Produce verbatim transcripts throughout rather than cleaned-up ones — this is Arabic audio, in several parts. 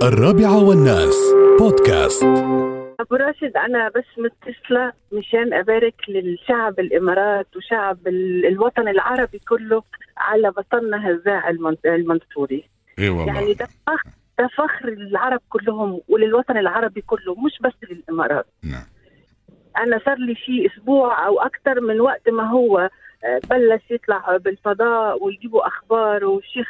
الرابعة والناس بودكاست. أبو راشد، أنا بس متصلة مشان أبارك للشعب الإمارات وشعب الوطن العربي كله على بطلنا هزاع المنصوري. إيه والله. يعني ده فخر، ده فخر للعرب كلهم وللوطن العربي كله، مش بس للإمارات. نعم. أنا صار لي شيء أسبوع أو أكثر من وقت ما هو بلش يطلع بالفضاء ويجيبوا أخبار، والشيخ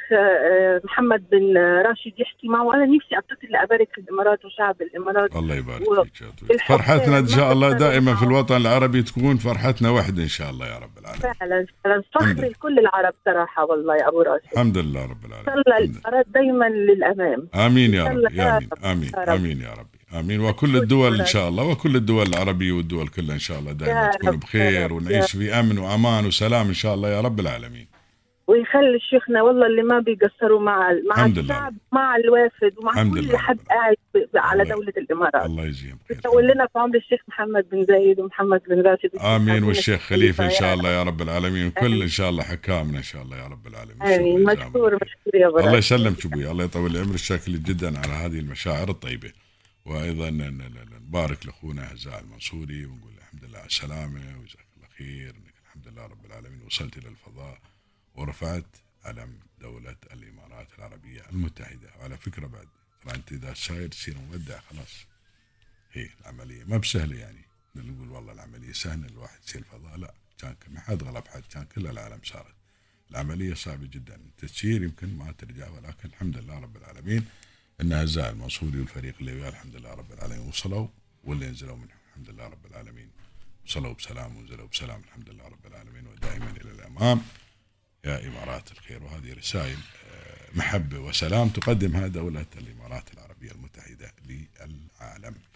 محمد بن راشد يحكي معه، وأنا نفسي أتصل لأبارك الإمارات وشعب الإمارات. الله يبارك و... فيك. فرحتنا إن شاء الله دائما في الوطن العربي تكون فرحتنا واحدة إن شاء الله يا رب العالمين. فعلا فعلا فخر لكل العرب صراحة والله يا أبو راشد. الحمد لله رب العالمين. صلى الإمارات دايما للأمام. آمين يا رب. يا آمين آمين آمين يا رب آمين. وكل الدول إن شاء الله، وكل الدول العربية والدول كلها إن شاء الله دائما تكون بخير ونعيش في أمن وأمان وسلام إن شاء الله يا رب العالمين. ويخلي شيخنا والله اللي ما بيقصروا مع مع الشعب، مع الوافد ومع كل حد قاعد على دولة الإمارات. الله يجزيهم خير. يطول لنا في عمر الشيخ محمد بن زايد ومحمد بن راشد. آمين. والشيخ خليفة إن شاء الله يا رب العالمين، وكل إن شاء الله حكامنا إن شاء الله يا رب العالمين. آمين. مشكور مشكور يا برا. الله يسلمك أبوي، الله يطول عمرك. شاكر جدا على هذه المشاعر الطيبة. وأيضا نبارك لأخونا هزاع المنصوري ونقول الحمد لله على السلامة وجزاك الله خير، إنك الحمد لله رب العالمين وصلت إلى الفضاء ورفعت علم دولة الإمارات العربية المتحدة. وعلى فكرة بعد أنت إذا ساير تصير مودع خلاص. هي العملية ما بسهلة، يعني نقول والله العملية سهلة الواحد يصير الفضاء، لا، كان ما حد غلب حد، كان كل العالم صارت. العملية صعبة جدا، تسير يمكن ما ترجع، ولكن الحمد لله رب العالمين إن هزاع المنصوري والفريق اللي وياه الحمد لله رب العالمين وصلوا، واللي نزلوا منهم الحمد لله رب العالمين وصلوا بسلام ونزلوا بسلام الحمد لله رب العالمين، ودائما إلى الأمام يا إمارات الخير. وهذه رسائل محبة وسلام تقدمها دولة الإمارات العربية المتحدة للعالم.